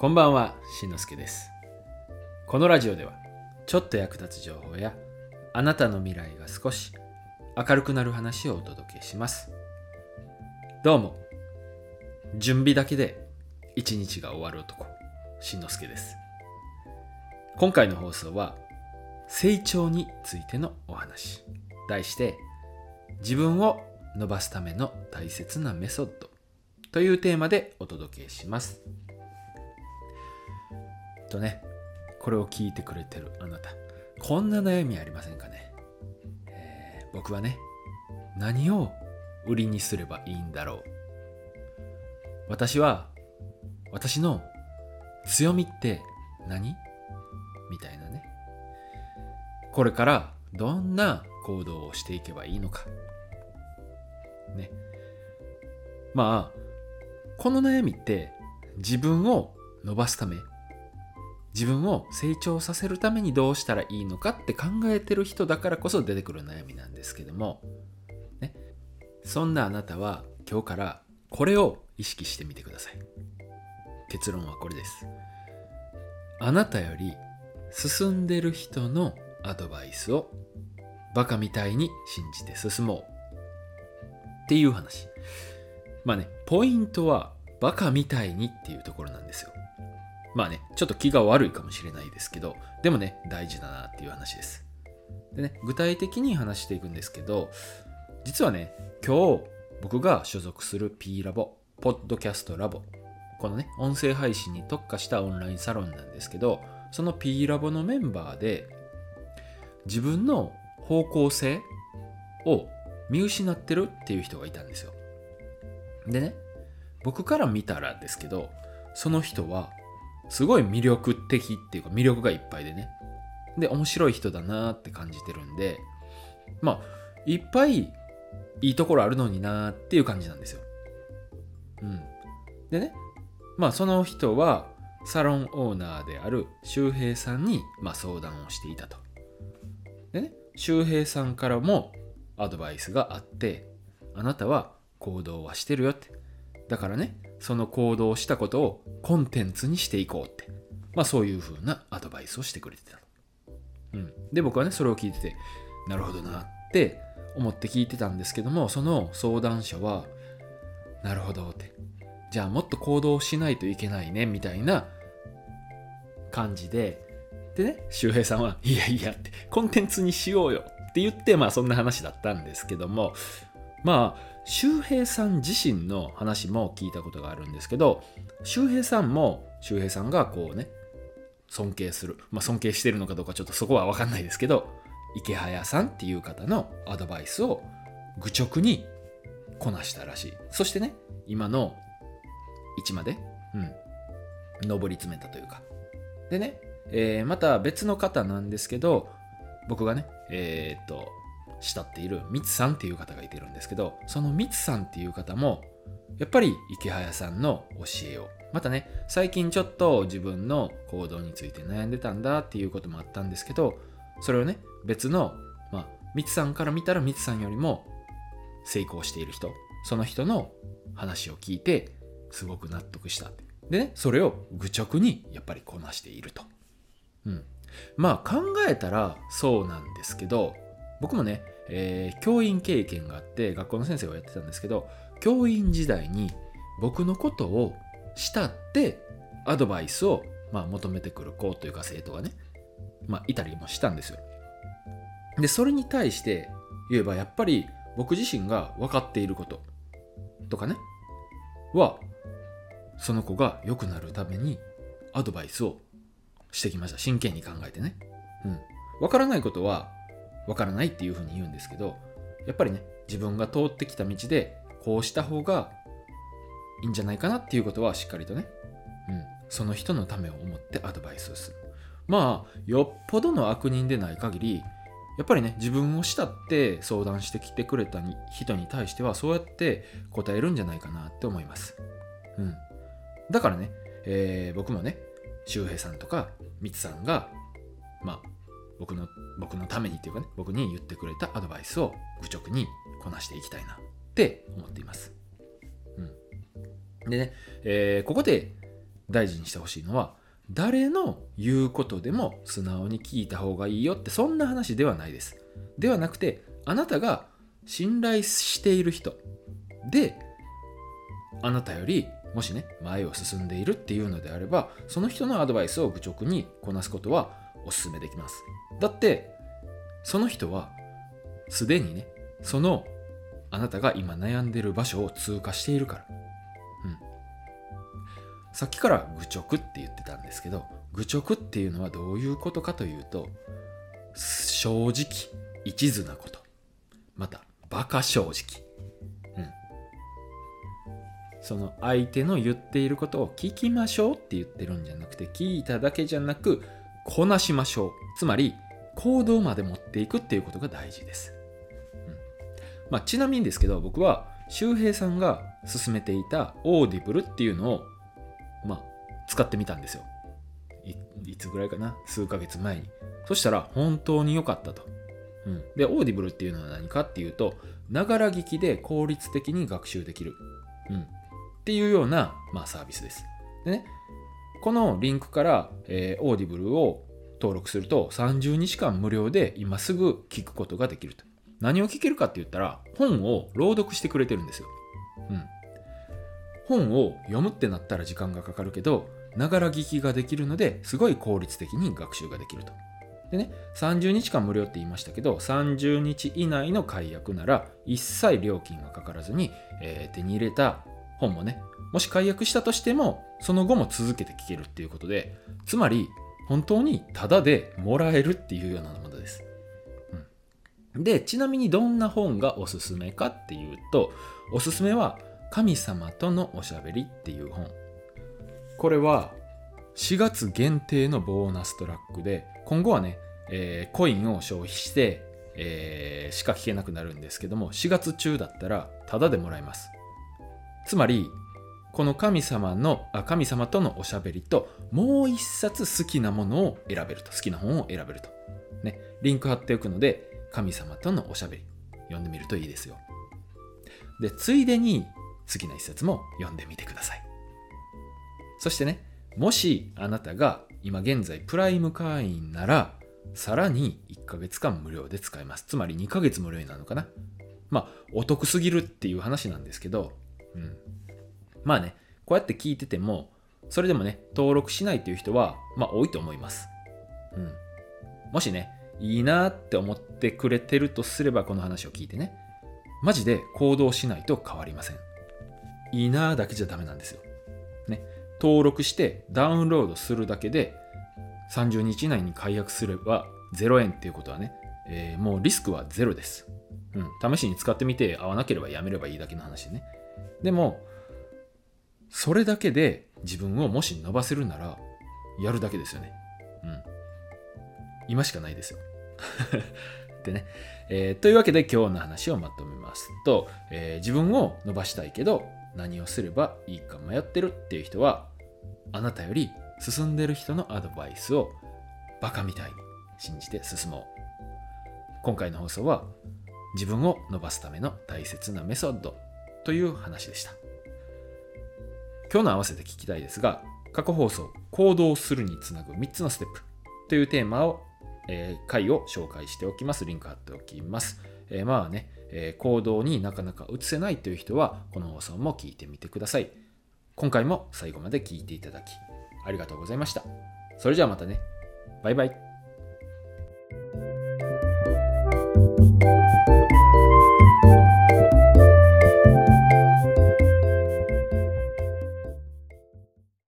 こんばんは、しんのすけです。このラジオではちょっと役立つ情報やあなたの未来が少し明るくなる話をお届けします。どうも、準備だけで一日が終わる男、しんのすけです。今回の放送は成長についてのお話、題して自分を伸ばすための大切なメソッドというテーマでお届けします。これを聞いてくれてるあなた、こんな悩みありませんかね。僕はね、何を売りにすればいいんだろう。私の強みって何？みたいなね。これからどんな行動をしていけばいいのか。ね。この悩みって自分を伸ばすため、自分を成長させるためにどうしたらいいのかって考えてる人だからこそ出てくる悩みなんですけども、ね、そんなあなたは今日からこれを意識してみてください。結論はこれです。あなたより進んでる人のアドバイスをバカみたいに信じて進もうっていう話。ポイントはバカみたいにっていうところなんですよ。ちょっと気が悪いかもしれないですけど、でもね、大事だなっていう話です。でね、具体的に話していくんですけど、実はね、今日僕が所属する P ラボ、ポッドキャストラボ、このね、音声配信に特化したオンラインサロンなんですけど、その P ラボのメンバーで、自分の方向性を見失ってるっていう人がいたんですよ。でね、僕から見たらですけど、その人はすごい魅力的っていうか魅力がいっぱいでね。で、面白い人だなって感じてるんで、いっぱいいいところあるのになっていう感じなんですよ。でね、その人はサロンオーナーである周平さんに相談をしていたと。でね、周平さんからもアドバイスがあって、あなたは行動はしてるよって。だからね、その行動をしたことをコンテンツにしていこうって。そういう風なアドバイスをしてくれてた。で、僕はね、それを聞いてて、なるほどなって思って聞いてたんですけども、その相談者は、なるほどって。じゃあもっと行動しないといけないね、みたいな感じで、でね、周平さんは、いやいやって、コンテンツにしようよって言って、そんな話だったんですけども、周平さん自身の話も聞いたことがあるんですけど、周平さんも周平さんがこうね、尊敬する、尊敬してるのかどうかちょっとそこは分かんないですけど、池早さんっていう方のアドバイスを愚直にこなしたらしい。そしてね、今の位置まで、上り詰めたというか。でね、また別の方なんですけど、僕がね、慕っているミツさんっていう方がいてるんですけど、そのミツさんっていう方もやっぱり池早さんの教えを、またね、最近ちょっと自分の行動について悩んでたんだっていうこともあったんですけど、それをね、別のミツさんから見たらミツさんよりも成功している人、その人の話を聞いてすごく納得したって。でね、それを愚直にやっぱりこなしていると。考えたらそうなんですけど、僕もね、教員経験があって学校の先生をやってたんですけど、教員時代に僕のことを慕ってアドバイスを求めてくる子というか生徒がね、いたりもしたんですよ。で、それに対して言えばやっぱり僕自身が分かっていることとかねは、その子が良くなるためにアドバイスをしてきました。真剣に考えてね。分からないことは分からないっていうふうに言うんですけど、やっぱりね、自分が通ってきた道でこうした方がいいんじゃないかなっていうことはしっかりとね、その人のためを思ってアドバイスをする。よっぽどの悪人でない限り、やっぱりね、自分を慕って相談してきてくれた人に対してはそうやって答えるんじゃないかなって思います。だからね、僕もね、周平さんとかミツさんが僕のためにっていうかね、僕に言ってくれたアドバイスを愚直にこなしていきたいなって思っています。でね、ここで大事にしてほしいのは、誰の言うことでも素直に聞いた方がいいよって、そんな話ではないです。ではなくて、あなたが信頼している人で、あなたよりもしね前を進んでいるっていうのであれば、その人のアドバイスを愚直にこなすことはお勧めできます。だってその人はすでにね、そのあなたが今悩んでる場所を通過しているから。さっきから愚直って言ってたんですけど、愚直っていうのはどういうことかというと、正直一途なこと、またバカ正直、その相手の言っていることを聞きましょうって言ってるんじゃなくて、聞いただけじゃなくこなしましょう、つまり行動まで持っていくっていうことが大事です。ちなみにですけど、僕は周平さんが勧めていたオーディブルっていうのを使ってみたんですよ。いつぐらいかな、数ヶ月前に。そしたら本当に良かったと。で、オーディブルっていうのは何かっていうと、ながら聞きで効率的に学習できる、っていうような、サービスです。でね、このリンクから、オーディブルを登録すると30日間無料で今すぐ聞くことができると。何を聞けるかって言ったら、本を朗読してくれてるんですよ。本を読むってなったら時間がかかるけど、ながら聞きができるのですごい効率的に学習ができると。でね、30日間無料って言いましたけど、30日以内の解約なら一切料金がかからずに、手に入れた本もね、もし解約したとしてもその後も続けて聞けるっていうことで、つまり本当にタダでもらえるっていうようなものです。で、ちなみにどんな本がおすすめかっていうと、おすすめは神様とのおしゃべりっていう本。これは4月限定のボーナストラックで、今後はね、コインを消費して、しか聞けなくなるんですけども、4月中だったらタダでもらえます。つまりこの神様とのおしゃべりと、もう一冊好きなものを選べると、好きな本を選べるとね、リンク貼っておくので、神様とのおしゃべり読んでみるといいですよ。で、ついでに好きな一冊も読んでみてください。そしてね、もしあなたが今現在プライム会員なら、さらに1ヶ月間無料で使えます。つまり2ヶ月無料になるのかな。お得すぎるっていう話なんですけど、こうやって聞いてても、それでもね、登録しないという人は多いと思います。もしね、いいなって思ってくれてるとすれば、この話を聞いてね、マジで行動しないと変わりません。いいなだけじゃダメなんですよ。ね、登録してダウンロードするだけで30日以内に解約すれば0円っていうことはね、もうリスクはゼロです。試しに使ってみて合わなければやめればいいだけの話でね。でもそれだけで自分をもし伸ばせるならやるだけですよね。今しかないですよ。でね、というわけで今日の話をまとめますと、自分を伸ばしたいけど何をすればいいか迷ってるっていう人は、あなたより進んでる人のアドバイスをバカみたいに信じて進もう。今回の放送は自分を伸ばすための大切なメソッドという話でした。今日の合わせて聞きたいですが、過去放送行動するにつなぐ3つのステップというテーマを、回を紹介しておきます。リンク貼っておきます。行動になかなか移せないという人はこの放送も聞いてみてください。今回も最後まで聞いていただきありがとうございました。それじゃあまたね。バイバイ。